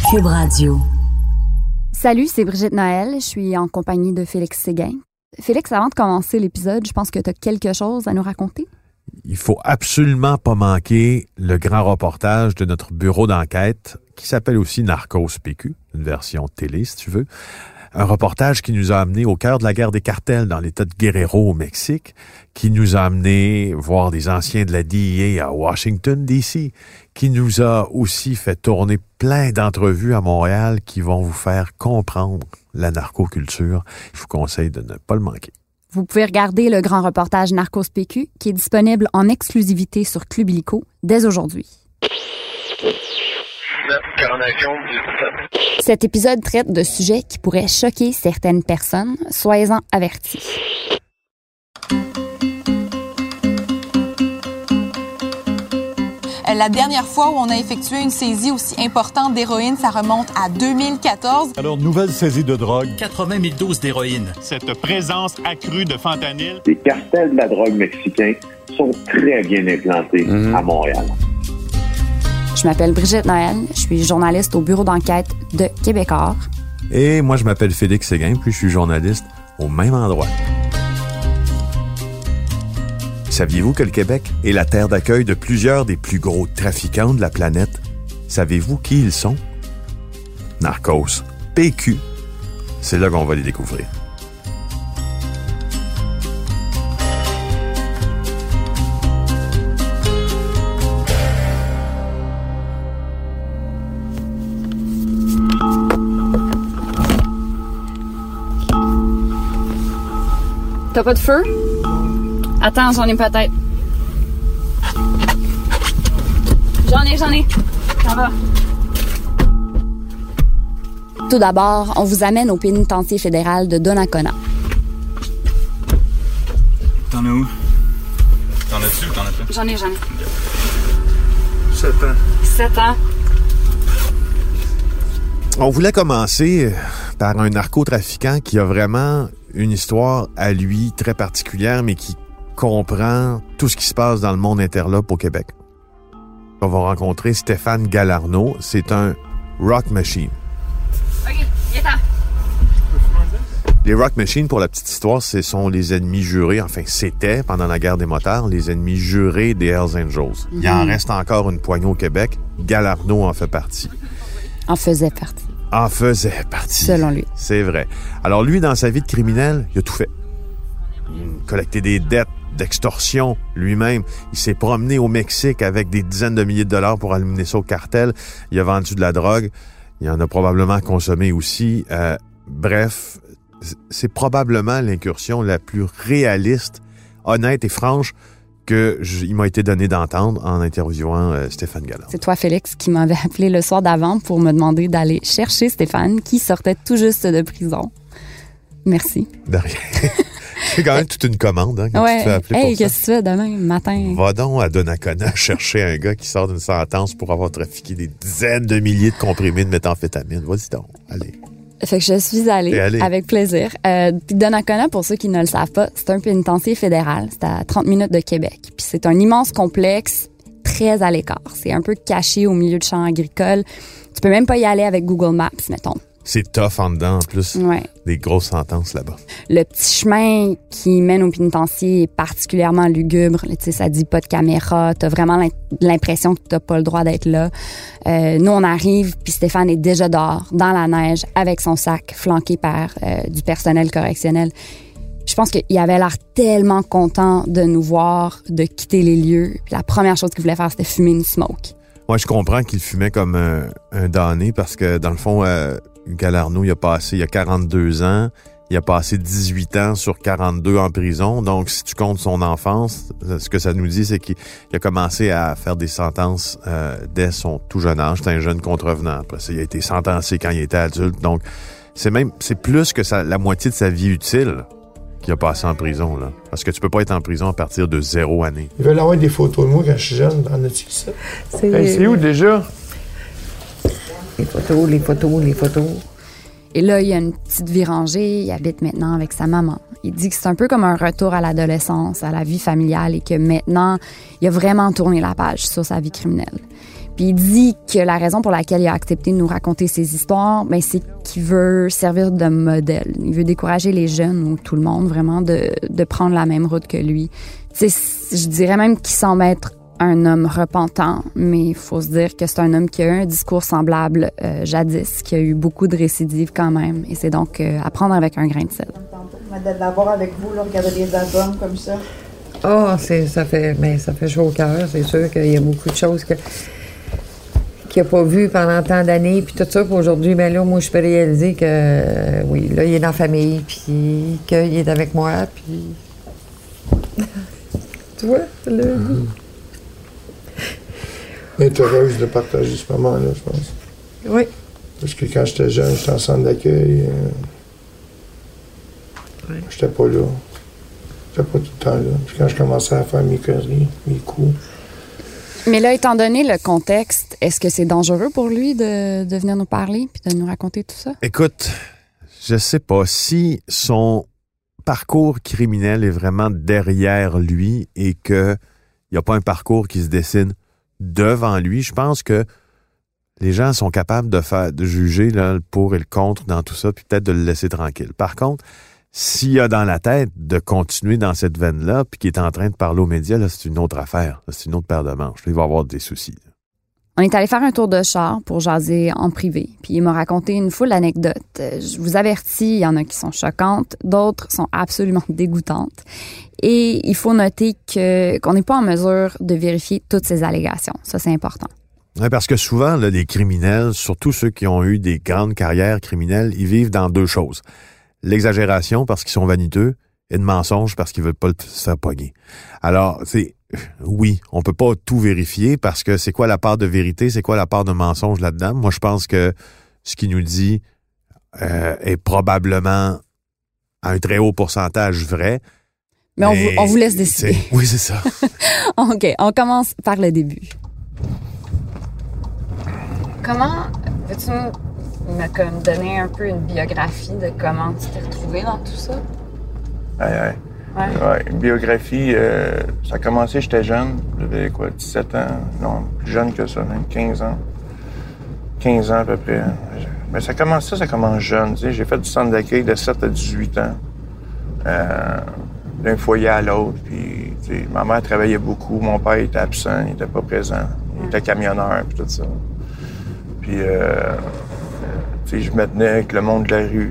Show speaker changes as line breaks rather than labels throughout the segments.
Cube Radio.
Salut, c'est Brigitte Noël. Je suis en compagnie de Félix Séguin. Félix, avant de commencer l'épisode, je pense que tu as quelque chose à nous raconter.
Il faut absolument pas manquer le grand reportage de notre bureau d'enquête qui s'appelle aussi Narcos PQ, une version télé si tu veux. Un reportage qui nous a amené au cœur de la guerre des cartels dans l'État de Guerrero au Mexique, qui nous a amené voir des anciens de la DEA à Washington, D.C., qui nous a aussi fait tourner plein d'entrevues à Montréal qui vont vous faire comprendre la narcoculture. Je vous conseille de ne pas le manquer.
Vous pouvez regarder le grand reportage Narcos PQ qui est disponible en exclusivité sur Club Illico dès aujourd'hui. Cet épisode traite de sujets qui pourraient choquer certaines personnes. Soyez-en avertis.
La dernière fois où on a effectué une saisie aussi importante d'héroïne, ça remonte à 2014.
Alors, nouvelle saisie de drogue.
80 000 doses d'héroïne.
Cette présence accrue de fentanyl.
Les cartels de la drogue mexicains sont très bien implantés à Montréal.
Je m'appelle Brigitte Noël, je suis journaliste au bureau d'enquête de Québecor.
Et moi, je m'appelle Félix Séguin, puis je suis journaliste au même endroit. Saviez-vous que le Québec est la terre d'accueil de plusieurs des plus gros trafiquants de la planète? Savez-vous qui ils sont? Narcos PQ. C'est là qu'on va les découvrir.
T'as pas de feu? Attends, j'en ai peut-être. J'en ai. Ça va. Tout d'abord, on vous amène au pénitencier fédéral de Donnacona.
T'en as où? T'en as-tu ou t'en as pas?
J'en ai.
7 ans.
7 ans.
On voulait commencer par un narcotrafiquant qui a vraiment une histoire à lui très particulière, mais qui comprend tout ce qui se passe dans le monde interlope au Québec. On va rencontrer Stéphane Galarneau. C'est un rock machine.
OK, viens-t'en.
Les rock machines, pour la petite histoire, ce sont les ennemis jurés, enfin c'était, pendant la guerre des motards, les ennemis jurés des Hells Angels. Il en reste encore une poignée au Québec. Galarneau en fait partie.
En faisait partie.
En faisait partie.
Selon lui.
C'est vrai. Alors lui, dans sa vie de criminel, il a tout fait. Il a collecté des dettes d'extorsion lui-même. Il s'est promené au Mexique avec des dizaines de milliers de dollars pour amener ça au cartel. Il a vendu de la drogue. Il en a probablement consommé aussi. Bref, c'est probablement l'incursion la plus réaliste, honnête et franche il m'a été donné d'entendre en interviewant Stéphane Galarneau.
C'est toi, Félix, qui m'avais appelé le soir d'avant pour me demander d'aller chercher Stéphane, qui sortait tout juste de prison. Merci.
De rien. C'est quand même toute une commande, hein, quand tu te fais appeler pour ça.
Qu'est-ce que tu fais demain matin?
Va donc à Donnacona chercher un gars qui sort d'une sentence pour avoir trafiqué des dizaines de milliers de comprimés de méthamphétamine. Vas-y donc, allez.
Fait que je suis allée avec plaisir. Puis Donnacona, pour ceux qui ne le savent pas, c'est un pénitencier fédéral. C'est à 30 minutes de Québec. Puis c'est un immense complexe très à l'écart. C'est un peu caché au milieu de champs agricoles. Tu peux même pas y aller avec Google Maps, mettons.
C'est tough en dedans, en plus.
Ouais.
Des grosses sentences là-bas.
Le petit chemin qui mène au pénitencier est particulièrement lugubre. Tu sais, ça dit pas de caméra. T'as vraiment l'impression que t'as pas le droit d'être là. Nous, on arrive, puis Stéphane est déjà dehors, dans la neige, avec son sac, flanqué par du personnel correctionnel. Je pense qu'il avait l'air tellement content de nous voir, de quitter les lieux. Puis la première chose qu'il voulait faire, c'était fumer une smoke.
Moi, je comprends qu'il fumait comme un damné parce que, dans le fond, Galarneau, il a 42 ans. Il a passé 18 ans sur 42 en prison. Donc, si tu comptes son enfance, ce que ça nous dit, c'est qu'il a commencé à faire des sentences dès son tout jeune âge. C'est un jeune contrevenant. Après ça, il a été sentencé quand il était adulte. Donc, c'est plus que la moitié de sa vie utile qu'il a passé en prison, là. Parce que tu peux pas être en prison à partir de 0 année.
Ils veulent avoir des photos de moi quand je suis jeune. En as-tu ça?
C'est
où déjà?
Les photos.
Et là, il y a une petite vie rangée. Il habite maintenant avec sa maman. Il dit que c'est un peu comme un retour à l'adolescence, à la vie familiale et que maintenant, il a vraiment tourné la page sur sa vie criminelle. Puis il dit que la raison pour laquelle il a accepté de nous raconter ses histoires, ben c'est qu'il veut servir de modèle. Il veut décourager les jeunes ou tout le monde vraiment de prendre la même route que lui. Je dirais même qu'il semble être un homme repentant, mais il faut se dire que c'est un homme qui a eu un discours semblable jadis, qui a eu beaucoup de récidives quand même. Et c'est donc à prendre avec un grain de sel.
De l'avoir avec vous, là, regarder les albums comme ça.
Ah, ça fait chaud au cœur. C'est sûr qu'il y a beaucoup de choses qu'il n'a pas vues pendant tant d'années. Puis tout ça, puis aujourd'hui, ben là, moi, je peux réaliser que, oui, là, il est dans la famille, puis qu'il est avec moi, puis... tu vois, là...
Elle est heureuse de partager ce moment-là, je pense.
Oui.
Parce que quand j'étais jeune, j'étais en centre d'accueil. J'étais pas là. J'étais pas tout le temps là. Puis quand je commençais à faire mes conneries, mes coups.
Mais là, étant donné le contexte, est-ce que c'est dangereux pour lui de venir nous parler puis de nous raconter tout ça?
Écoute, je sais pas si son parcours criminel est vraiment derrière lui et qu'il n'y a pas un parcours qui se dessine devant lui. Je pense que les gens sont capables de juger là, le pour et le contre dans tout ça, puis peut-être de le laisser tranquille. Par contre, s'il a dans la tête de continuer dans cette veine-là, puis qu'il est en train de parler aux médias, là, c'est une autre affaire. Là, c'est une autre paire de manches. Là, il va avoir des soucis.
On est allé faire un tour de char pour jaser en privé. Puis il m'a raconté une foule d'anecdotes. Je vous avertis, il y en a qui sont choquantes, d'autres sont absolument dégoûtantes. Et il faut noter qu'on n'est pas en mesure de vérifier toutes ces allégations. Ça, c'est important.
Oui, parce que souvent, là, les criminels, surtout ceux qui ont eu des grandes carrières criminelles, ils vivent dans deux choses. L'exagération parce qu'ils sont vaniteux et le mensonge parce qu'ils veulent pas se faire pogner. Alors, oui, on peut pas tout vérifier parce que c'est quoi la part de vérité, c'est quoi la part de mensonge là-dedans? Moi, je pense que ce qu'il nous dit est probablement à un très haut pourcentage vrai.
Mais on vous laisse décider.
Oui, c'est ça.
OK, on commence par le début. Comment veux-tu me donner un peu une biographie de comment tu t'es retrouvé dans tout ça?
Ouais, une biographie, ça a commencé, j'étais jeune, j'avais 17 ans, non, plus jeune que ça, même 15 ans. 15 ans à peu près. Mais ça commence jeune, tu sais, j'ai fait du centre d'accueil de 7 à 18 ans. D'un foyer à l'autre, puis tu sais, ma mère travaillait beaucoup, mon père était absent, il était pas présent, il était camionneur, puis tout ça. Puis, tu sais, je me tenais avec le monde de la rue,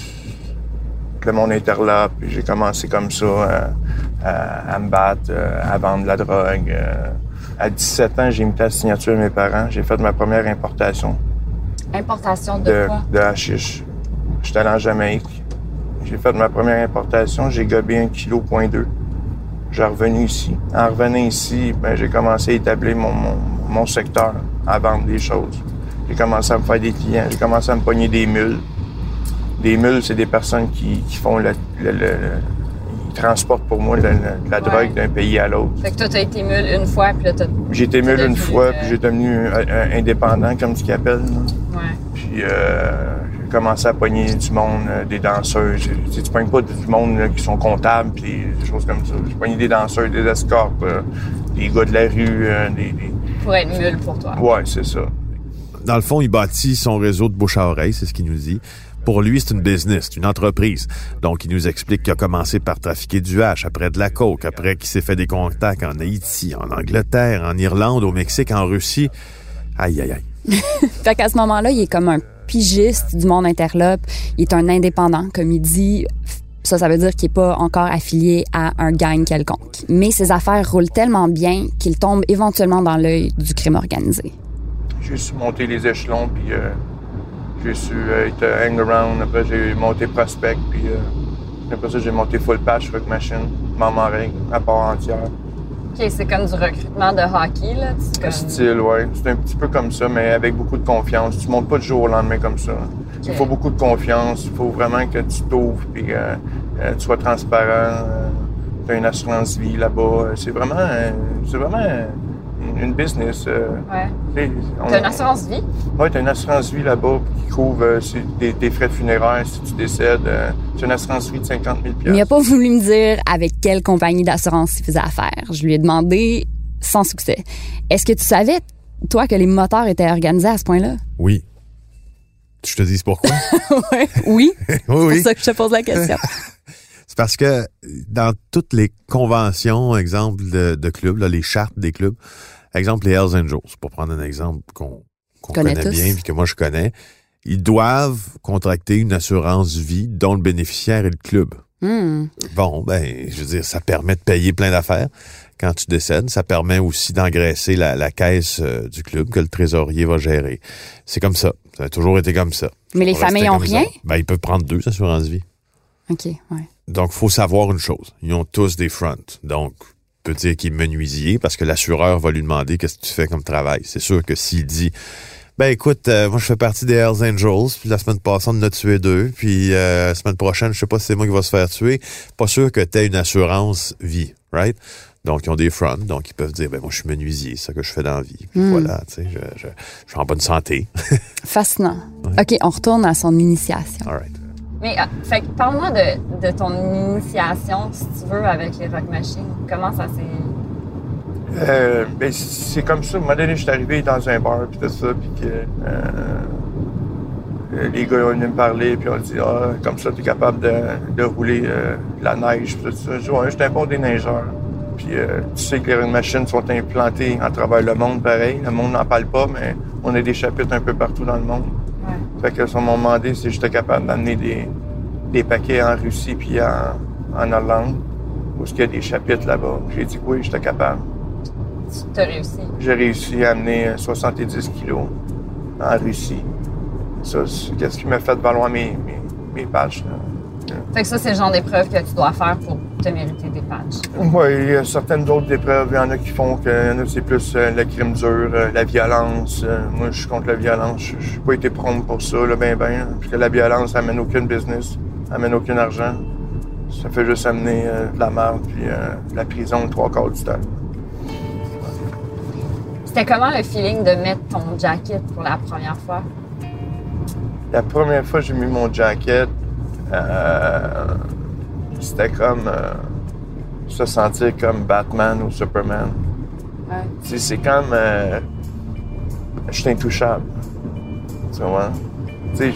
le monde interlope, puis j'ai commencé comme ça à me battre, à vendre de la drogue. À 17 ans, j'ai imité la signature de mes parents, j'ai fait ma première importation.
Importation de quoi?
De hashish. J'étais allé en Jamaïque. J'ai fait ma première importation, j'ai gobé 1,2 kg. J'ai revenu ici. En revenant ici, ben, j'ai commencé à établir mon secteur, à vendre des choses. J'ai commencé à me faire des clients, j'ai commencé à me pogner des mules. Des mules, c'est des personnes qui font ils transportent pour moi de la drogue d'un pays à l'autre.
Fait que toi, t'as été mule une fois, puis là,
j'ai été mule une fois, puis j'ai devenu indépendant, comme tu l'appelles.
Ouais.
Puis j'ai commencé à pogner du monde, des danseuses. Tu pognes pas du monde là, qui sont comptables, puis des choses comme ça. J'ai pogné des danseurs, des escortes, des gars de la rue,
Pour être mule pour toi.
Ouais, c'est ça.
Dans le fond, il bâtit son réseau de bouche à oreille, c'est ce qu'il nous dit. Pour lui, c'est une business, c'est une entreprise. Donc, il nous explique qu'il a commencé par trafiquer du hash, après de la coke, après qu'il s'est fait des contacts en Haïti, en Angleterre, en Irlande, au Mexique, en Russie. Aïe, aïe, aïe.
Fait qu'à ce moment-là, il est comme un pigiste du monde interlope. Il est un indépendant, comme il dit. Ça veut dire qu'il n'est pas encore affilié à un gang quelconque. Mais ses affaires roulent tellement bien qu'il tombe éventuellement dans l'œil du crime organisé.
J'ai su monter les échelons, puis j'ai su être hang-around. Après, j'ai monté prospect, puis après ça, j'ai monté full patch, truck machine, membre en règle, à part entière.
OK, c'est comme du recrutement de hockey, là?
Comme... Style, ouais. C'est un petit peu comme ça, mais avec beaucoup de confiance. Tu montes pas du jour au lendemain comme ça. Okay. Il faut beaucoup de confiance. Il faut vraiment que tu t'ouvres, puis tu sois transparent. Tu as une assurance vie là-bas. C'est vraiment une business.
Ouais. T'as une assurance vie?
Oui, t'as une assurance vie là-bas qui couvre tes frais de funéraires si tu décèdes. C'est une assurance vie de 50 000 $.
Mais il n'a pas voulu me dire avec quelle compagnie d'assurance il faisait affaire. Je lui ai demandé sans succès. Est-ce que tu savais toi, que les moteurs étaient organisés à ce point-là?
Oui. Je te dis pourquoi?
Oui. Oui.
Oui.
C'est pour ça que je te pose la question.
C'est parce que dans toutes les conventions, exemple de clubs, là, les chartes des clubs, exemple les Hells Angels, pour prendre un exemple qu'on connaît bien puis que moi je connais, ils doivent contracter une assurance vie dont le bénéficiaire est le club. Bon, ben, je veux dire, ça permet de payer plein d'affaires quand tu décèdes. Ça permet aussi d'engraisser la caisse du club que le trésorier va gérer. C'est comme ça. Ça a toujours été comme ça.
Mais les familles n'ont rien?
Ben, ils peuvent prendre 2 assurances vie.
OK, ouais.
Donc, faut savoir une chose. Ils ont tous des fronts. Donc, on peut dire qu'il est menuisier parce que l'assureur va lui demander qu'est-ce que tu fais comme travail. C'est sûr que s'il dit, ben écoute, moi je fais partie des Hells Angels, puis la semaine passée on en a tué 2, puis la semaine prochaine, je sais pas si c'est moi qui va se faire tuer, pas sûr que tu aies une assurance vie, right? Donc, ils ont des fronts, donc ils peuvent dire, ben moi je suis menuisier, c'est ça que je fais dans la vie. Puis voilà, tu sais, je suis en bonne santé.
Fascinant. Ouais. OK, on retourne à son initiation.
All right.
Mais, fait que parle-moi de ton initiation, si tu veux, avec les Rock Machines. Comment ça s'est...
Ben, c'est comme ça. À un moment donné, je suis arrivé dans un bar, puis tout ça, puis que les gars ont venu me parler, puis on dit, comme ça, tu es capable de rouler la neige, puis tout ça. Je dis, ouais, je suis un bon déneigeur. Puis tu sais que les Rock Machines sont implantées à travers le monde, pareil. Le monde n'en parle pas, mais on a des chapitres un peu partout dans le monde. Ouais. Fait que ça m'a demandé si j'étais capable d'amener des paquets en Russie puis en Hollande, où il y a des chapitres là-bas. J'ai dit que oui, j'étais capable.
Tu as réussi?
J'ai réussi à amener 70 kilos en Russie. Ça, c'est qu'est-ce qui m'a fait valoir mes patchs. Là.
Fait que ça, c'est le genre d'épreuve que tu dois faire pour te mériter des patchs.
Oui, il y a certaines autres épreuves. Il y en a qui font que c'est plus le crime dur, la violence. Moi, je suis contre la violence. Je n'ai pas été prompt pour ça, là, ben. Parce que la violence, ça amène aucun business, ça amène aucun argent. Ça fait juste amener de la merde puis de la prison 3/4 du temps.
C'était comment le feeling de mettre ton jacket pour la première fois?
La première fois que j'ai mis mon jacket, c'était comme se sentir comme Batman ou Superman. Ouais. Tu sais, c'est comme je suis intouchable. Tu vois? Tu sais,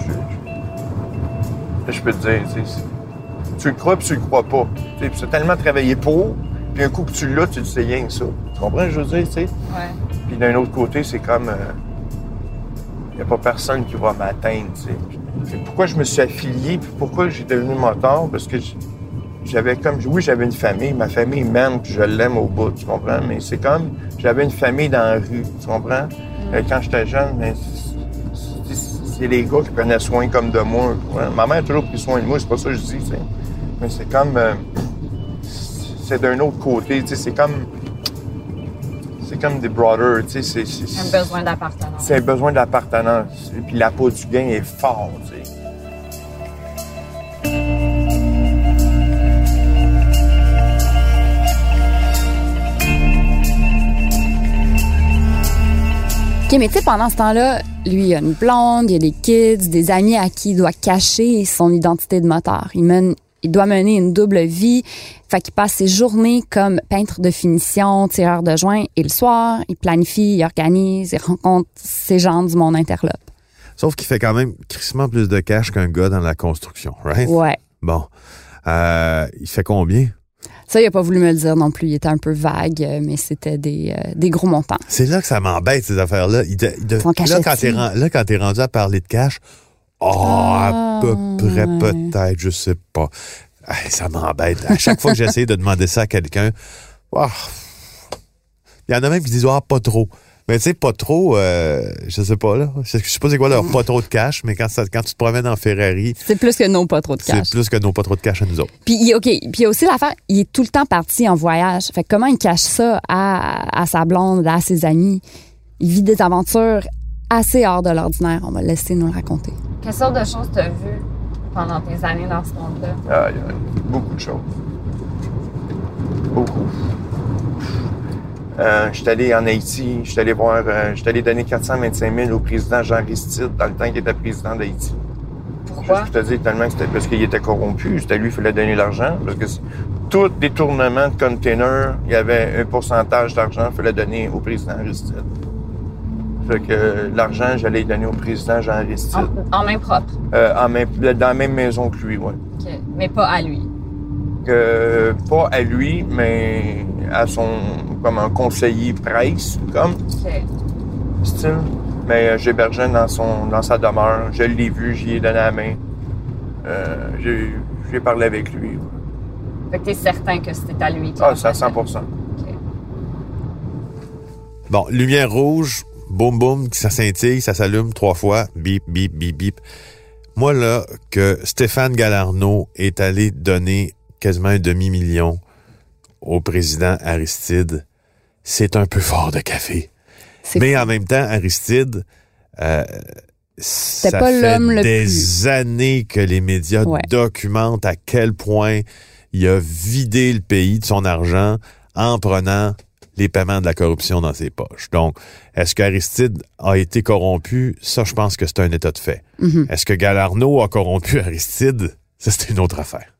je peux te dire, tu le crois puis tu le crois pas. Tu sais, c'est tellement travaillé pour, puis un coup que tu l'as, tu le sais rien que ça. Tu comprends ce que je veux dire, tu sais? Ouais. Puis d'un autre côté, c'est comme il n'y a pas personne qui va m'atteindre, tu sais. Pourquoi je me suis affilié, puis pourquoi j'ai devenu moteur? Parce que j'avais une famille. Ma famille m'aime, puis je l'aime au bout, tu comprends? Mais c'est comme, j'avais une famille dans la rue, tu comprends? Quand j'étais jeune, c'est les gars qui prenaient soin comme de moi. Ma mère a toujours pris soin de moi, c'est pas ça que je dis, tu sais. Mais c'est comme, c'est d'un autre côté, tu sais, c'est comme des brothers, tu sais, c'est
un besoin d'appartenance.
C'est un besoin d'appartenance. Et puis la peau du gain est fort, tu sais.
OK, mais tu sais, pendant ce temps-là, lui, il a une blonde, il a des kids, des amis à qui il doit cacher son identité de moteur. Il doit mener une double vie. Fait qu'il passe ses journées comme peintre de finition, tireur de joints. Et le soir, il planifie, il organise, il rencontre ces gens du monde interlope.
Sauf qu'il fait quand même crissement plus de cash qu'un gars dans la construction, right?
Ouais.
Bon. Il fait combien?
Ça, il n'a pas voulu me le dire non plus. Il était un peu vague, mais c'était des gros montants.
C'est là que ça m'embête, ces affaires-là. Là, quand t'es rendu à parler de cash, à peu près, peut-être, je sais pas. Ça m'embête. À chaque fois que j'essaie de demander ça à quelqu'un, il y en a même qui disent pas trop. Mais tu sais, pas trop, je sais pas, là. Je sais pas c'est quoi leur pas trop de cash, mais quand tu te promènes en Ferrari...
C'est plus que non pas trop de cash.
C'est plus que non pas trop de cash à nous autres.
Puis, OK, puis il y a aussi l'affaire, il est tout le temps parti en voyage. Fait que comment il cache ça à sa blonde, à ses amis? Il vit des aventures assez hors de l'ordinaire. On va le laisser nous le raconter. Quelle sorte de choses t'as vues pendant tes années dans ce monde-là?
Il y a beaucoup de choses. Beaucoup. Je suis allé en Haïti, je suis allé donner 425 000 au président Jean Aristide dans le temps qu'il était président d'Haïti.
Pourquoi?
Je te dis tellement que c'était parce qu'il était corrompu, c'était lui qu'il fallait donner l'argent. Parce que tous les détournements de containers, il y avait un pourcentage d'argent qu'il fallait donner au président Aristide. Fait que l'argent, j'allais le donner au président Jean Aristide.
En main propre?
Dans la même maison que lui, oui.
OK. Mais pas à lui?
Pas à lui, mais à son... comme un conseiller presse, comme.
OK.
Style. Mais j'hébergeais dans sa demeure. Je l'ai vu, j'y ai donné la main. J'ai parlé avec lui.
Fait que t'es certain que c'était à lui?
C'est à 100%.
OK.
Bon, lumière rouge, boum, boum, ça scintille, ça s'allume 3 fois, bip, bip, bip, bip. Moi, là, que Stéphane Galarneau est allé donner quasiment 500 000 au président Aristide, c'est un peu fort de café. Mais en même temps, Aristide, ça
pas
fait
l'homme
des années que les médias documentent à quel point il a vidé le pays de son argent en prenant les paiements de la corruption dans ses poches. Donc, est-ce qu'Aristide a été corrompu? Ça, je pense que c'est un état de fait.
Mm-hmm.
Est-ce que Galarneau a corrompu Aristide? Ça, c'est une autre affaire.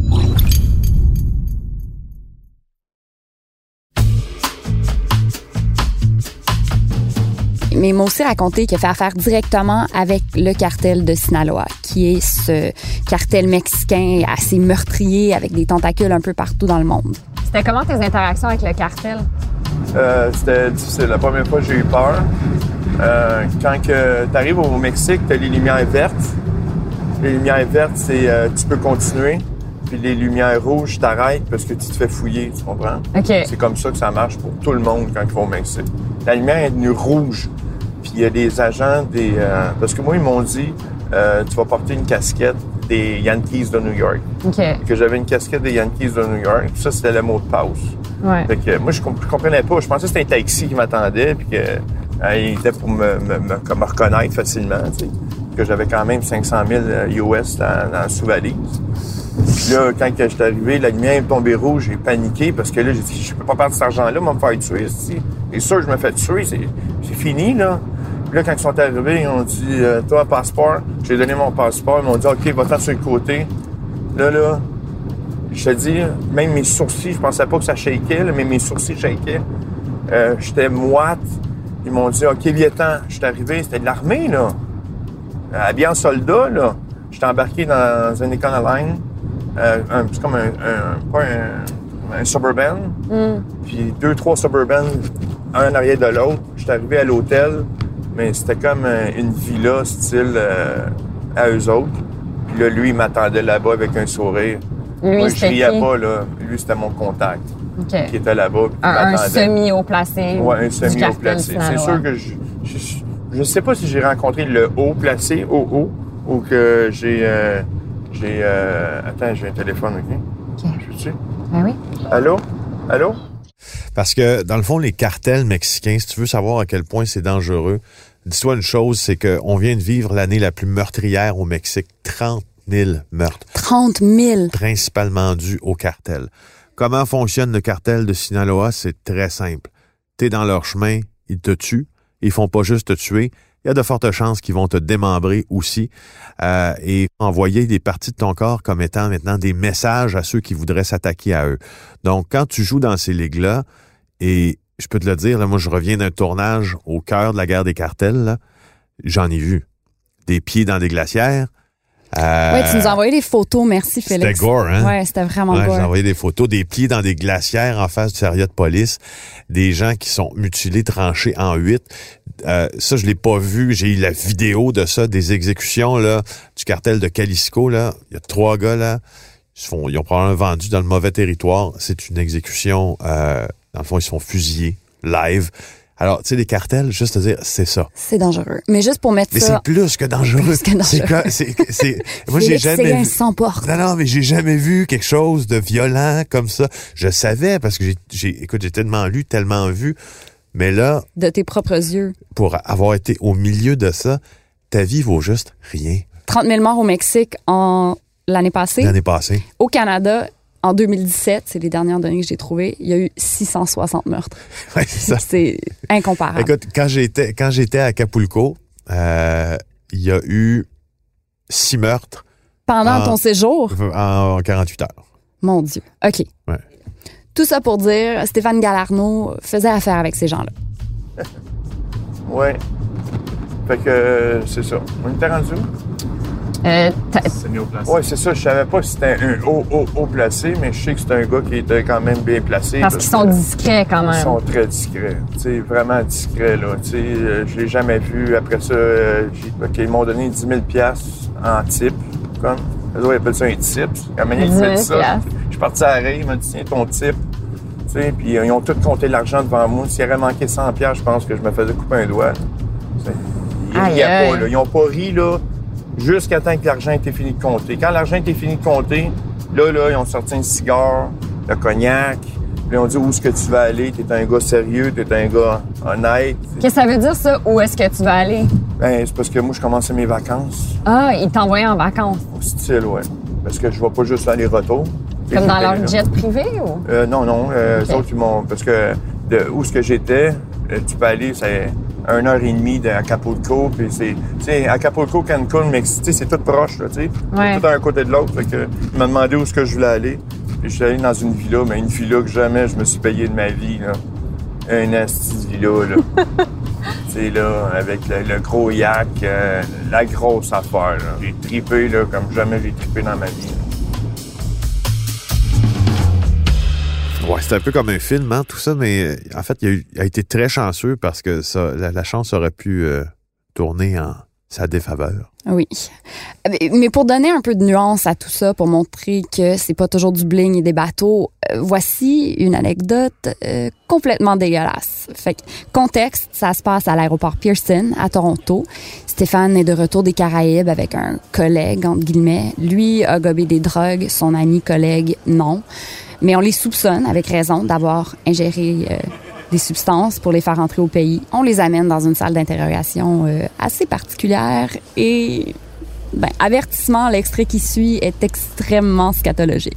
Mais il m'a aussi raconté qu'il a fait affaire directement avec le cartel de Sinaloa, qui est ce cartel mexicain assez meurtrier avec des tentacules un peu partout dans le monde.
C'était comment tes interactions avec le cartel?
C'était difficile. La première fois, j'ai eu peur. Quand tu arrives au Mexique, tu as les lumières vertes. Les lumières vertes, c'est tu peux continuer. Puis les lumières rouges, t'arrêtes parce que tu te fais fouiller, tu comprends?
OK.
C'est comme ça que ça marche pour tout le monde quand ils vont au Mexique. La lumière est devenue rouge. Puis il y a des agents parce que moi, ils m'ont dit, tu vas porter une casquette des Yankees de New York.
OK.
Que j'avais une casquette des Yankees de New York. Puis ça, c'était le mot de passe.
Ouais.
Fait que moi, je comprenais pas. Je pensais que c'était un taxi qui m'attendait, puis il était pour me reconnaître facilement, tu sais. Que j'avais quand même 500 000 US dans la sous-valise. Puis là, quand je suis arrivé, la lumière est tombée rouge, j'ai paniqué parce que là, j'ai dit, je peux pas perdre cet argent-là, on va me faire tuer ici. Et sûr, je me fais tuer, c'est fini, là. Puis là, quand ils sont arrivés, ils ont dit, toi, passeport. J'ai donné mon passeport, ils m'ont dit, OK, va-t'en sur le côté. Là, je te dis, même mes sourcils, je pensais pas que ça shakeait, là, mais mes sourcils shakeaient. J'étais moite. Ils m'ont dit, OK, viens-t'en. Je suis arrivé, c'était de l'armée, là. Habillé en soldat, là. J'étais embarqué dans une Econoline. C'est comme un Suburban. Puis 2-3 Suburban, un en arrière de l'autre. J'étais arrivé à l'hôtel, mais c'était comme une villa style à eux autres. Puis là, lui, il m'attendait là-bas avec un sourire. Moi, je riais pas, là. Lui, c'était mon contact.
Okay.
Qui était là-bas.
Un semi-haut placé.
Oui, un semi-haut placé. C'est sûr que je sais pas si j'ai rencontré le haut placé, au haut, ou que j'ai... Attends, j'ai un téléphone, OK? Je sais.
Ben oui.
Allô?
Parce que, dans le fond, les cartels mexicains, si tu veux savoir à quel point c'est dangereux, dis-toi une chose, c'est qu'on vient de vivre l'année la plus meurtrière au Mexique. 30 000 meurtres.
30 000?
Principalement dus au cartel. Comment fonctionne le cartel de Sinaloa? C'est très simple. T'es dans leur chemin, ils te tuent. Ils font pas juste te tuer. Il y a de fortes chances qu'ils vont te démembrer aussi et envoyer des parties de ton corps comme étant maintenant des messages à ceux qui voudraient s'attaquer à eux. Donc, quand tu joues dans ces ligues-là, et je peux te le dire, là, moi, je reviens d'un tournage au cœur de la guerre des cartels, là, j'en ai vu. Des pieds dans des glacières.
Oui, tu nous as envoyé des photos, merci Félix.
C'était gore, hein?
Oui, c'était vraiment gore.
J'ai envoyé des photos, des pieds dans des glacières en face du chariot de police, des gens qui sont mutilés, tranchés en 8. Ça, je l'ai pas vu. J'ai eu la vidéo de ça, des exécutions là du cartel de Jalisco. Là. Il y a 3 gars là. Ils ont probablement vendu dans le mauvais territoire. C'est une exécution. Dans le fond, ils se font fusiller live. Alors, tu sais, les cartels, juste te dire, c'est ça.
C'est dangereux. Mais juste pour mettre
mais
ça...
Mais c'est plus que dangereux.
Plus que dangereux.
Moi, j'ai jamais vu...
sans porte.
Non, mais j'ai jamais vu quelque chose de violent comme ça. Je savais, parce que j'ai tellement lu, tellement vu. Mais là...
De tes propres yeux.
Pour avoir été au milieu de ça, ta vie vaut juste rien.
30 000 morts au Mexique l'année passée.
L'année passée.
Au Canada... En 2017, c'est les dernières données que j'ai trouvées, il y a eu 660 meurtres.
Ouais, c'est ça.
C'est incomparable.
Écoute, quand j'étais à Acapulco, il y a eu 6 meurtres.
Pendant ton séjour?
En 48 heures.
Mon Dieu. OK.
Ouais.
Tout ça pour dire, Stéphane Galarneau faisait affaire avec ces gens-là.
Ouais. Fait que c'est ça. On était rendu où?
C'est mieux placé.
Oui, c'est ça. Je savais pas si c'était un haut placé, mais je sais que c'est un gars qui était quand même bien placé.
Parce qu'ils sont discrets quand même.
Ils sont très discrets. Tu sais, vraiment discrets, là. Tu sais, je l'ai jamais vu. Après ça, ils m'ont donné 10 000 $ en type. Comme. Eux autres, ils appellent ça un tip. Comment ils appellent ça? Je suis parti à la raie, ils m'ont dit, tiens, ton type. Tu sais, puis ils ont tous compté l'argent devant moi. S'il aurait manqué 100 $, je pense que je me faisais couper un doigt. Ils riaient pas, là. Ils ont pas ri, là, jusqu'à temps que l'argent était fini de compter. Quand l'argent était fini de compter, là, ils ont sorti un cigare, le cognac. Puis ils ont dit, où est-ce que tu vas aller? T'es un gars sérieux, t'es un gars honnête.
Qu'est-ce que ça veut dire, ça? Où est-ce que tu vas aller?
Ben, c'est parce que moi, je commençais mes vacances.
Ah, ils t'envoyaient en vacances?
Au style, ouais. Parce que je vais pas juste aller-retour.
Comme dans leur jet privé, ou?
Non. Eux autres, ils m'ont... Parce que où est-ce que j'étais, tu peux aller, c'est 1h30 d'Acapulco, puis c'est... Tu sais, Acapulco, Cancun, Mexique, c'est tout proche, là, tu sais.
Ouais.
Tout à un côté de l'autre. Fait que ils m'ont demandé où est-ce que je voulais aller. Puis je suis allé dans une villa, mais une villa que jamais je me suis payé de ma vie, là. Un asti de villa, là. Tu sais, là, avec le gros yak, la grosse affaire, là. J'ai trippé, là, comme jamais j'ai trippé dans ma vie.
Ouais, c'est un peu comme un film, hein, tout ça, mais en fait, il a été très chanceux parce que ça, la chance aurait pu tourner en sa défaveur.
Oui. Mais pour donner un peu de nuance à tout ça, pour montrer que c'est pas toujours du bling et des bateaux, voici une anecdote complètement dégueulasse. Fait que, contexte, ça se passe à l'aéroport Pearson, à Toronto. Stéphane est de retour des Caraïbes avec un collègue, entre guillemets. Lui a gobé des drogues, son ami collègue, non. Mais on les soupçonne, avec raison, d'avoir ingéré des substances pour les faire entrer au pays. On les amène dans une salle d'interrogation assez particulière et, avertissement, l'extrait qui suit est extrêmement scatologique.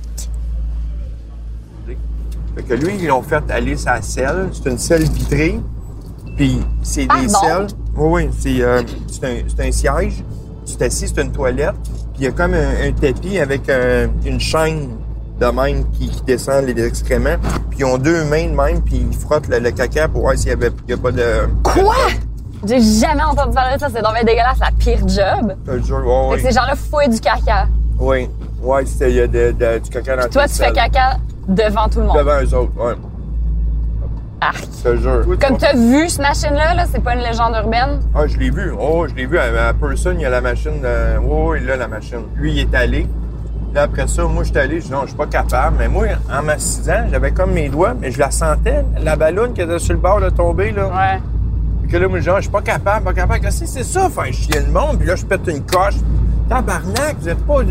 Fait que lui, ils l'ont fait aller sa selle. C'est une selle vitrée. Puis c'est des selles. Oui, c'est un siège. Tu t'assis, c'est une toilette. Puis il y a comme un tapis avec une chaîne de même qui descend les excréments. Puis ils ont deux mains de même, puis ils frottent le caca pour voir s'il n'y a pas de...
Quoi? J'ai jamais entendu parler de ça. C'est donc dégueulasse, la pire job.
Je te jure,
Fait que ces gens-là fouillent du caca.
Oui, il y a du caca dans
toi, tu fais caca devant tout le monde.
Devant eux autres, oui.
Arc.
Je te jure.
Comme tu as vu cette machine-là, là, c'est pas une légende urbaine?
Ah, je l'ai vu. Oh, je l'ai vu. À Pearson, il y a la machine. Il a la machine. Lui, il est allé. Là, après ça, moi, je suis allé. Je dis non, je suis pas capable. Mais moi, en m'assisant, j'avais comme mes doigts, mais je la sentais, la ballonne qui était sur le bord de tomber, là.
Ouais.
Puis que là, moi, je dis, je suis pas capable. Là, c'est ça, faire chier le monde. Puis là, je pète une coche. Tabarnak, vous êtes pas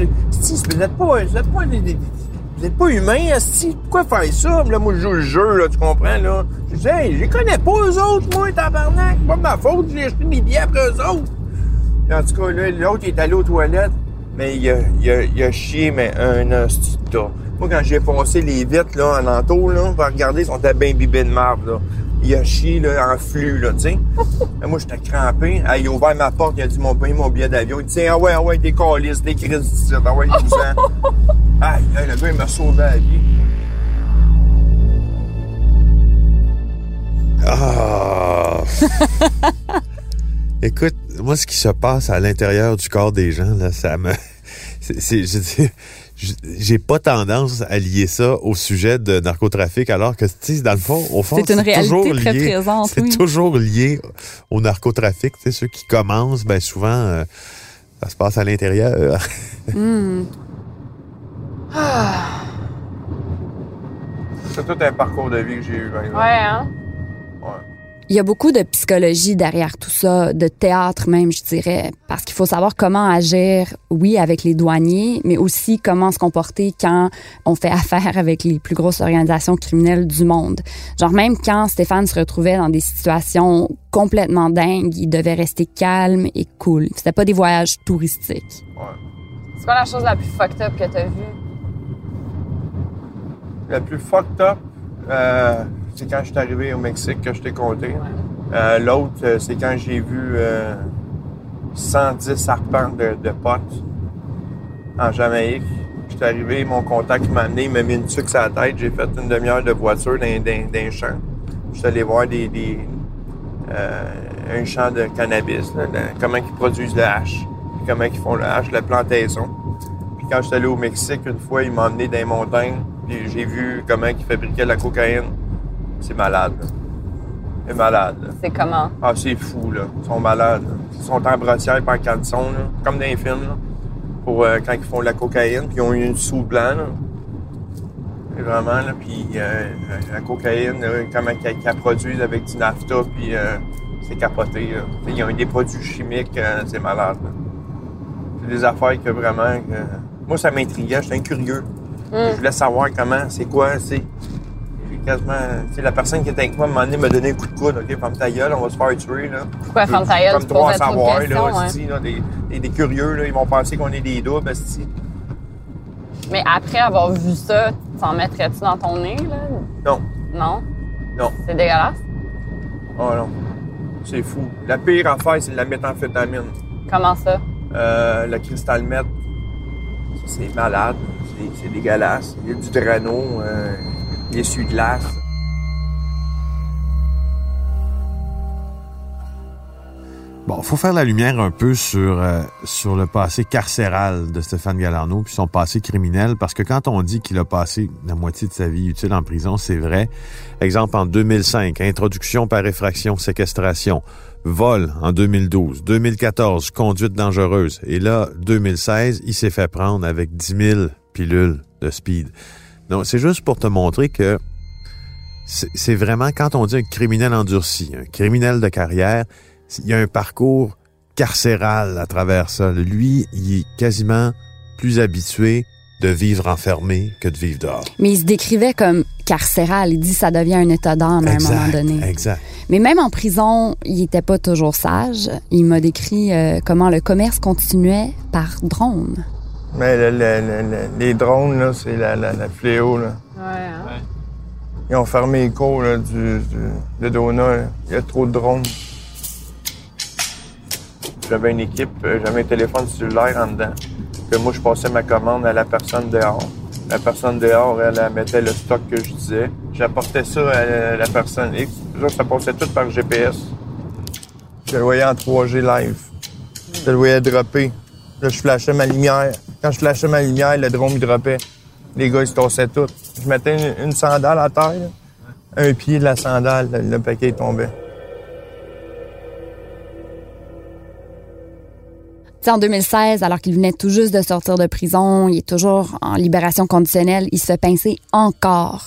humains, asti. Pourquoi faire ça? Là, moi, je joue le jeu, là, tu comprends, là. Je dis, hey, je les connais pas, eux autres, moi, tabarnak. C'est pas de ma faute, j'ai acheté des billets après eux autres. Et en tout cas, là, l'autre, il est allé aux toilettes, mais il a chié, mais un asti de tas. Moi, quand j'ai passé les vitres, là, en entour, là, pour regarder, ils sont bien bibés de marde, là. Il a chié, là, en flux, là, tu sais. Moi, j'étais crampé. Il a ouvert ma porte, il a dit, mon billet d'avion. Il dit, tiens, ah ouais, des calices, des crises d'ici, ah ouais, 12 ans. Aïe, le gars, il m'a sauvé la vie.
Ah! Écoute, moi, ce qui se passe à l'intérieur du corps des gens, là, ça me... j'ai pas tendance à lier ça au sujet de narcotrafic, alors que, tu sais, dans le fond, au fond,
c'est une réalité très présente,
c'est toujours lié au narcotrafic. Tu sais, ceux qui commencent, ben souvent, ça se passe à l'intérieur.
C'est tout un parcours de vie que j'ai eu.
Ouais, hein?
Ouais.
Il y a beaucoup de psychologie derrière tout ça, de théâtre même, je dirais, parce qu'il faut savoir comment agir, oui, avec les douaniers, mais aussi comment se comporter quand on fait affaire avec les plus grosses organisations criminelles du monde. Genre même quand Stéphane se retrouvait dans des situations complètement dingues, il devait rester calme et cool. C'était pas des voyages touristiques.
Ouais.
C'est quoi la chose la plus fucked up que t'as vue?
La plus fucked up, c'est quand je suis arrivé au Mexique que je t'ai compté. L'autre, c'est quand j'ai vu 110 arpents de potes en Jamaïque. Je suis arrivé, mon contact m'a amené, il m'a mis une tuque sur la tête. J'ai fait une demi-heure de voiture dans un champ. Je suis allé voir un champ de cannabis, là, comment ils produisent le hash, puis comment ils font le hash, la plantaison. Puis quand j'étais allé au Mexique, une fois, ils m'ont emmené dans les montagnes, puis j'ai vu comment ils fabriquaient la cocaïne. C'est malade, là. C'est malade, là.
C'est comment?
Ah, c'est fou, là. Ils sont malades, là. Ils sont en brossière et en caleçon, là, comme dans les films, là, pour quand ils font de la cocaïne, puis ils ont une sous blanc, là. Et vraiment, là, puis la cocaïne, là, comment qu'elle produisent avec du nafta, puis c'est capoté, là. Ils ont des produits chimiques, c'est malade, là. C'est des affaires que vraiment... moi, ça m'intriguait, j'étais un curieux. Je voulais savoir comment, c'est quoi, c'est... Quasiment, la personne qui était avec moi, à un moment donné, m'a donné un coup de coude. OK, ferme ta gueule, on va se faire tuer, là.
Pourquoi ferme ta gueule?
Comme droit à savoir,
questions,
là, là, des curieux, là, ils vont penser qu'on est des doubles, esti.
Mais après avoir vu ça, t'en mettrais-tu dans ton nez, là?
Non.
Non?
Non.
C'est dégueulasse?
Oh non. C'est fou. La pire affaire, c'est de la méthamphétamine.
Comment ça?
Le cristal meth, c'est malade. C'est dégueulasse. Il y a du Drano, il essuie-glace.
Bon, faut faire la lumière un peu sur le passé carcéral de Stéphane Galarneau puis son passé criminel, parce que quand on dit qu'il a passé la moitié de sa vie utile en prison, c'est vrai. Exemple, en 2005, introduction par effraction, séquestration, vol en 2012, 2014, conduite dangereuse, et là, 2016, il s'est fait prendre avec 10 000 pilules de speed. Donc, c'est juste pour te montrer que c'est vraiment, quand on dit un criminel endurci, un criminel de carrière, il y a un parcours carcéral à travers ça. Lui, il est quasiment plus habitué de vivre enfermé que de vivre dehors.
Mais il se décrivait comme carcéral. Il dit que ça devient un état d'âme à un moment donné.
Exact.
Mais même en prison, il était pas toujours sage. Il m'a décrit comment le commerce continuait par drone.
Mais les drones, là, c'est la fléau, là.
Ouais, hein? Ouais.
Ils ont fermé les cours, là, de Dona, là. Il y a trop de drones. J'avais une équipe, j'avais un téléphone cellulaire en dedans. Que moi, je passais ma commande à la personne dehors. La personne dehors, elle mettait le stock que je disais. J'apportais ça à la personne X. Ça passait tout par GPS. Je le voyais en 3G live. Je le voyais dropper. Là, je flashais ma lumière. Quand je flashais ma lumière, le drone, il droppait. Les gars, ils se tassaient tout. Je mettais une sandale à terre, là. Un pied de la sandale, le paquet tombait.
T'sais, en 2016, alors qu'il venait tout juste de sortir de prison, il est toujours en libération conditionnelle, il se fait pincer encore.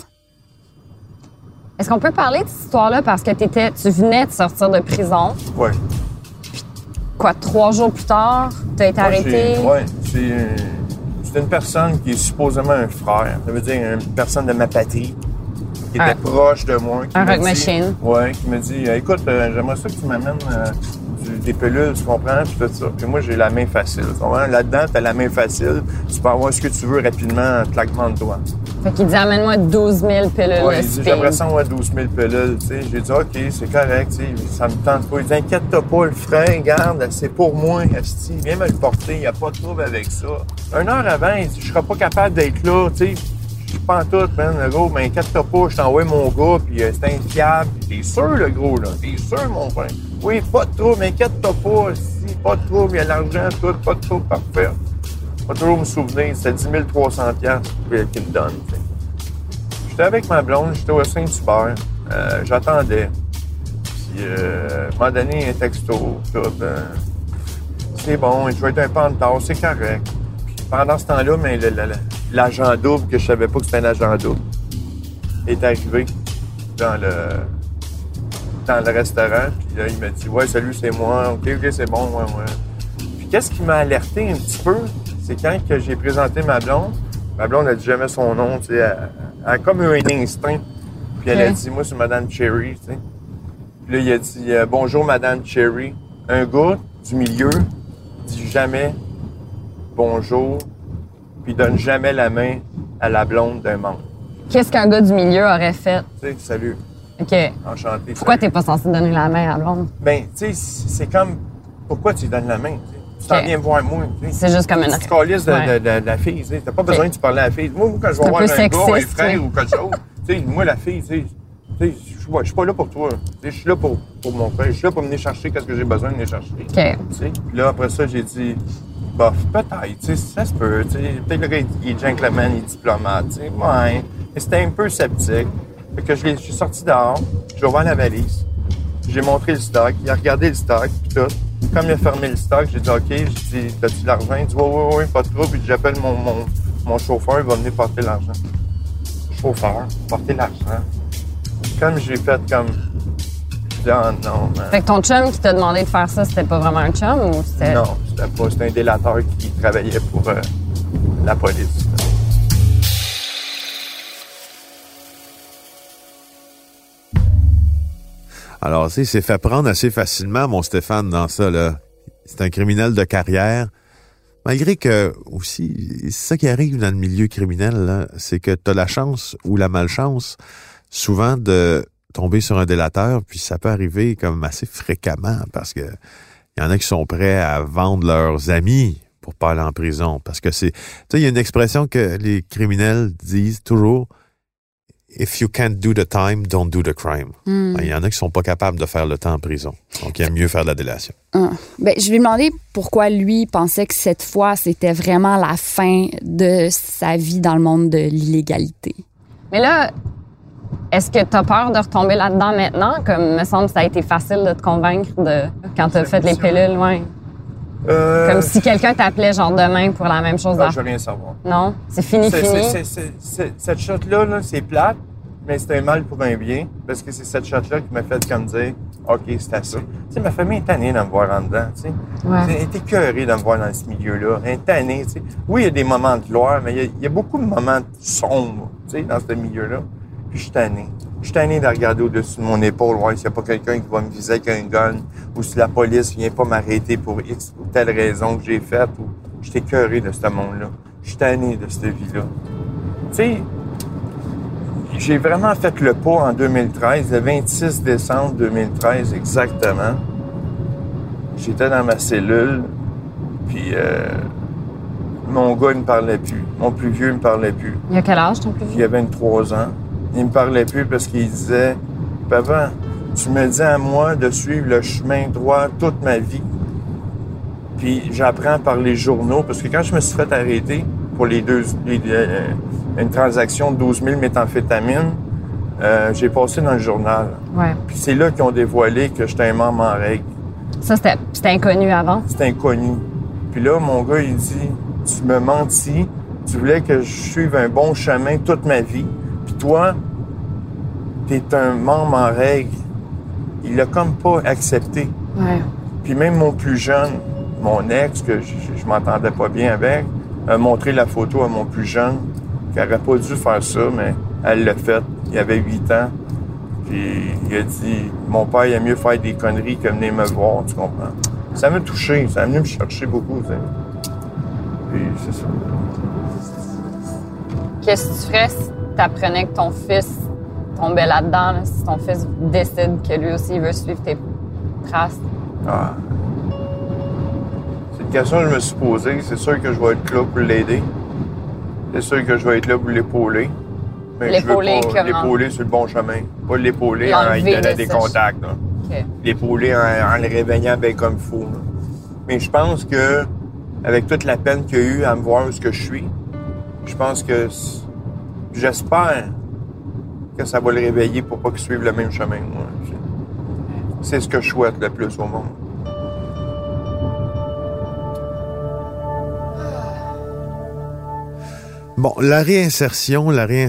Est-ce qu'on peut parler de cette histoire-là parce que tu venais de sortir de prison?
Oui.
Quoi, 3 jours plus tard, t'as été arrêté?
Oui, c'est une personne qui est supposément un frère. Ça veut dire une personne de ma patrie, qui était proche de moi.
Un rock machine.
Oui, qui me dit, écoute, j'aimerais ça que tu m'amènes des pilules, tu comprends, puis tout ça. Puis moi, j'ai la main facile, tu comprends? Là-dedans, t'as la main facile, tu peux avoir ce que tu veux rapidement en claquement de doigts.
Fait qu'il dit, amène-moi 12 000 pilules.
Oui, il dit, j'aimerais ça avoir 12 000 pilules, tu sais. J'ai dit, OK, c'est correct, tu sais, ça me tente pas. Il dit, inquiète-toi pas, le frein, garde, c'est pour moi, asti, viens me le porter, il n'y a pas de trouble avec ça. 1 heure avant, il dit, je serai pas capable d'être là, tu sais. Je suis pas en tout, man, le gros, mais inquiète-toi pas, je t'envoie mon gars, puis c'est infiable. T'es sûr, le gros, là? T'es sûr, mon frère? Oui, pas de trouble, mais inquiète-toi pas, si, pas de trouble, il y a l'argent, tout, pas de trouble, parfait. Pas toujours me souvenir, c'était 10 300 $, qu'il me donne, t'sais. J'étais avec ma blonde, j'étais au Saint-Hubert, j'attendais. Puis, à un moment donné, un texto, tout, c'est bon, je vais être un peu en retard, c'est correct. Puis, pendant ce temps-là, mais l'agent double, que je savais pas que c'était un agent double, est arrivé dans le restaurant. Puis là, il m'a dit, ouais, salut, c'est moi. OK, c'est bon, ouais. Puis qu'est-ce qui m'a alerté un petit peu, c'est quand que j'ai présenté ma blonde n'a dit jamais son nom, tu sais. Elle a comme eu un instinct. Puis elle a dit, moi, c'est Madame Cherry, tu sais. Puis là, il a dit, bonjour, Madame Cherry. Un gars du milieu dit jamais bonjour, puis donne jamais la main à la blonde d'un membre. Qu'est-ce qu'un gars du milieu aurait fait? Tu sais, salut.
OK.
Enchanté.
Pourquoi t'es pas censé donner la main à la blonde?
Ben, tu sais, c'est comme... Pourquoi tu lui donnes la main? T'sais? Tu t'en viens voir moi. T'sais.
C'est juste comme une...
Tu te calisses de la fille. T'sas pas besoin de te parler à la fille. Moi, quand je vais voir un gars, un frère ou quelque chose, tu sais, moi, la fille, tu sais, Tu sais, je suis pas là pour toi. Je suis là pour mon frère. Je suis là pour venir chercher ce que j'ai besoin de venir chercher.
OK.
Tu sais, puis là, après ça, j'ai dit, bof, peut-être, tu sais, ça se peut. Tu sais, peut-être le gars, il est gentleman, il est diplomate. Tu sais, ouais. Mais c'était un peu sceptique. Fait que je suis sorti dehors, j'ai ouvert la valise, j'ai montré le stock, il a regardé le stock, puis tout. Comme il a fermé le stock, j'ai dit, OK, j'ai dit, t'as-tu de l'argent? Il dit, oui, pas de trouble. Puis j'appelle mon chauffeur, il va venir porter l'argent. Chauffeur, porter l'argent. Comme j'ai fait comme... Je dis, oh non, man.
Fait que ton chum qui t'a demandé de faire ça, c'était pas vraiment un chum ou c'était...
Non, c'était pas. C'était un délateur qui travaillait pour la police.
Alors, tu sais, il s'est fait prendre assez facilement, mon Stéphane, dans ça, là. C'est un criminel de carrière. Malgré que, aussi, c'est ça qui arrive dans le milieu criminel, là, c'est que t'as la chance ou la malchance, souvent, de tomber sur un délateur, puis ça peut arriver comme assez fréquemment, parce que il y en a qui sont prêts à vendre leurs amis pour pas aller en prison. Parce que c'est... Tu sais, il y a une expression que les criminels disent toujours... If you can't do the time, don't do the crime. Il y en a qui sont pas capables de faire le temps en prison. Donc, il y a mieux faire de la délation.
Ben, je lui ai demandé pourquoi lui pensait que cette fois, c'était vraiment la fin de sa vie dans le monde de l'illégalité.
Mais là, est-ce que tu as peur de retomber là-dedans maintenant? Comme, me semble que ça a été facile de te convaincre quand tu as fait les pilules, ouais. Comme si quelqu'un t'appelait genre demain pour la même chose.
Je veux rien savoir.
Non? C'est fini.
Cette shot-là, c'est plate, mais c'est un mal pour un bien. Parce que c'est cette shot-là qui m'a fait comme dire, OK, c'est assez. Tu sais, ma famille est tannée de me voir en dedans, tu sais.
Ouais.
Elle est écœurée de me voir dans ce milieu-là. Elle est tannée, tu sais. Oui, il y a des moments de gloire, mais il y a beaucoup de moments sombres, tu sais, dans ce milieu-là. Puis je suis tanné. Je suis tanné de regarder au-dessus de mon épaule, voir s'il n'y a pas quelqu'un qui va me viser avec un gun, ou si la police vient pas m'arrêter pour X ou telle raison que j'ai faite, ou je suis écœuré de ce monde-là. Je suis tanné de cette vie-là. Tu sais, j'ai vraiment fait le pas en 2013, le 26 décembre 2013 exactement. J'étais dans ma cellule, puis mon gars, il me parlait plus. Mon plus vieux, il me parlait plus.
Il a quel âge, ton plus vieux?
Il a 23 ans. Il me parlait plus parce qu'il disait, « Papa, tu me dis à moi de suivre le chemin droit toute ma vie. » Puis j'apprends par les journaux, parce que quand je me suis fait arrêter pour une transaction de 12 000 méthamphétamines, j'ai passé dans le journal.
Ouais.
Puis c'est là qu'ils ont dévoilé que j'étais un membre en règle.
Ça, c'était inconnu avant?
C'était inconnu. Puis là, mon gars, il dit, « Tu me mentis, tu voulais que je suive un bon chemin toute ma vie. Puis toi, t'es un membre en règle. » Il l'a comme pas accepté.
Ouais.
Puis même mon plus jeune, mon ex, que je m'entendais pas bien avec, a montré la photo à mon plus jeune, qui aurait pas dû faire ça, mais elle l'a fait. Il avait 8 ans. Puis il a dit, mon père, il aime mieux faire des conneries que venir me voir, tu comprends? Ça m'a touché, ça a venu me chercher beaucoup, tu sais. Puis c'est ça.
Qu'est-ce que tu ferais si t'apprenais que ton fils tombait là-dedans, là, si ton fils décide que lui aussi il veut suivre tes traces?
Ah. C'est une question que je me suis posée. C'est sûr que je vais être là pour l'aider. C'est sûr que je vais être là pour l'épauler. Mais
l'épauler
je veux pas
comment?
l'épauler sur le bon chemin. Pas l'épauler en lui donnant des contacts. Là.
Okay.
L'épauler en le réveillant bien comme il faut. Là. Mais je pense que, avec toute la peine qu'il y a eu à me voir où ce que je suis, je pense que j'espère que ça va le réveiller pour pas qu'il suive le même chemin que moi. C'est ce que je souhaite le plus au monde.
Bon, la réinsertion.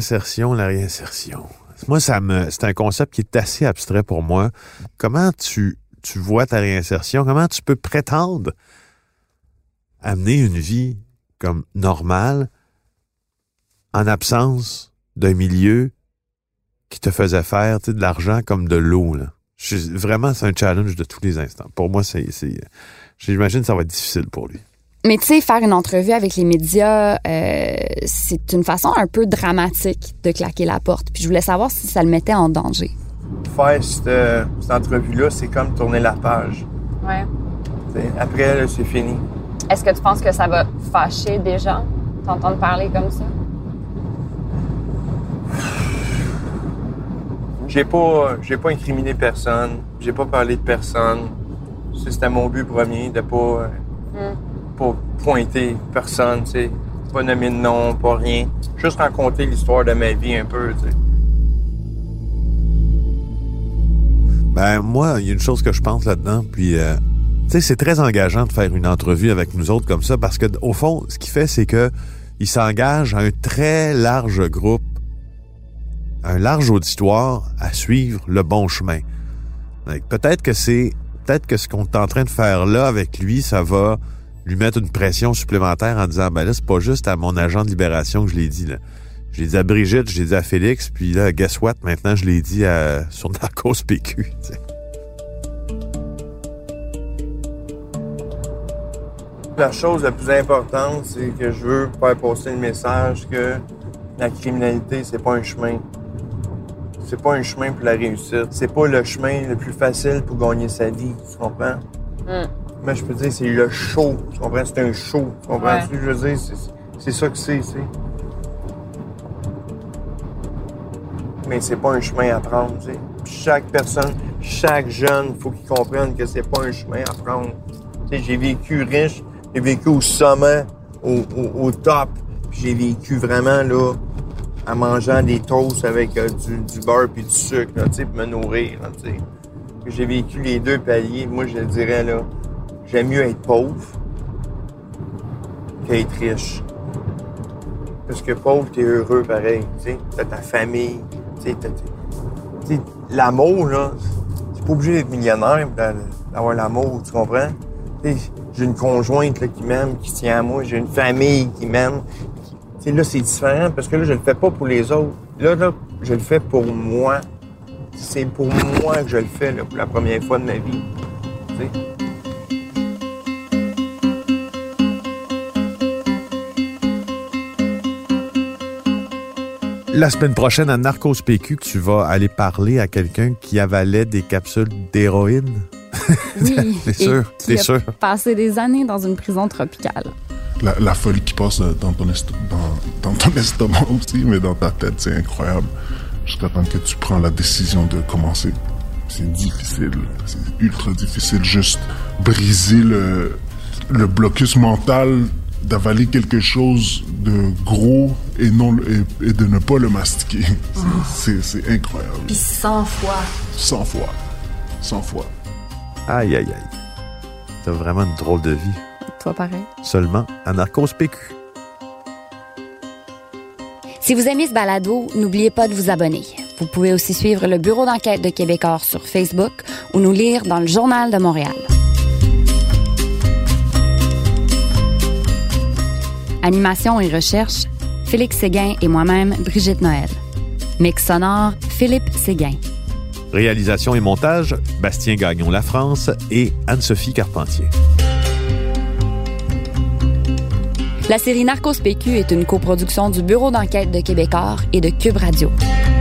Moi, c'est un concept qui est assez abstrait pour moi. Comment tu vois ta réinsertion? Comment tu peux prétendre amener une vie comme normale en absence d'un milieu qui te faisait faire de l'argent comme de l'eau, là? Vraiment, c'est un challenge de tous les instants. Pour moi, j'imagine que ça va être difficile pour lui.
Mais tu sais, faire une entrevue avec les médias, c'est une façon un peu dramatique de claquer la porte. Puis je voulais savoir si ça le mettait en danger.
Faire cette entrevue-là, c'est comme tourner la page.
Ouais.
T'sais, après, là, c'est fini.
Est-ce que tu penses que ça va fâcher des gens, t'entendre parler comme ça?
J'ai pas incriminé personne. J'ai pas parlé de personne. C'était mon but premier de pas pointer personne, tu sais. Pas nommer de nom, pas rien. Juste raconter l'histoire de ma vie un peu, tu sais.
Ben, moi, il y a une chose que je pense là-dedans, puis, tu sais, c'est très engageant de faire une entrevue avec nous autres comme ça, parce que, au fond, ce qu'il fait, c'est que il s'engage à un très large groupe, un large auditoire à suivre le bon chemin. Peut-être que ce qu'on est en train de faire là avec lui, ça va lui mettre une pression supplémentaire en disant, ben là, c'est pas juste à mon agent de libération que je l'ai dit, là. Je l'ai dit à Brigitte, je l'ai dit à Félix, puis là, guess what? Maintenant, je l'ai dit sur Narcos PQ, t'sais.
La chose la plus importante, c'est que je veux faire passer le message que la criminalité, c'est pas un chemin. C'est pas un chemin pour la réussite. C'est pas le chemin le plus facile pour gagner sa vie, tu comprends? Mais je peux dire, c'est le show, tu comprends? C'est un show, tu comprends? Ce que je veux dire, c'est ça que c'est, tu sais. Mais c'est pas un chemin à prendre, tu sais. Chaque personne, chaque jeune, il faut qu'il comprenne que c'est pas un chemin à prendre. Tu sais, j'ai vécu riche, j'ai vécu au sommet, au top, puis j'ai vécu vraiment, là, en mangeant des toasts avec du beurre puis du sucre, là, tu sais, pour me nourrir, là, tu sais. J'ai vécu les deux paliers. Moi, je dirais, là, j'aime mieux être pauvre qu'être riche. Parce que pauvre, t'es heureux pareil, tu sais. T'as ta famille, tu sais, l'amour, là, t'es pas obligé d'être millionnaire d'avoir l'amour, tu comprends? T'sais, j'ai une conjointe là, qui m'aime, qui tient à moi, j'ai une famille qui m'aime. Tu sais, là, c'est différent parce que là, je le fais pas pour les autres. Là, je le fais pour moi. C'est pour moi que je le fais, là, pour la première fois de ma vie. T'sais.
La semaine prochaine, à Narcos PQ, tu vas aller parler à quelqu'un qui avalait des capsules d'héroïne.
Oui,
c'est sûr, c'est sûr.
Passé des années dans une prison tropicale.
La folie qui passe dans ton estomac aussi, mais dans ta tête, c'est incroyable. Jusqu'à temps que tu prends la décision de commencer. C'est difficile, c'est ultra difficile. Juste briser le blocus mental d'avaler quelque chose de gros et de ne pas le mastiquer. C'est incroyable.
Puis 100 fois.
100 fois. 100 fois.
Aïe, aïe, aïe. T'as vraiment une drôle de vie.
Toi, pareil.
Seulement à Narcos PQ.
Si vous aimez ce balado, n'oubliez pas de vous abonner. Vous pouvez aussi suivre le Bureau d'enquête de Québecor sur Facebook ou nous lire dans le Journal de Montréal. Animation et recherche, Félix Séguin et moi-même, Brigitte Noël. Mix sonore, Philippe Séguin.
Réalisation et montage, Bastien Gagnon La France et Anne-Sophie Carpentier.
La série Narcos PQ est une coproduction du Bureau d'enquête de Québecor et de Cube Radio.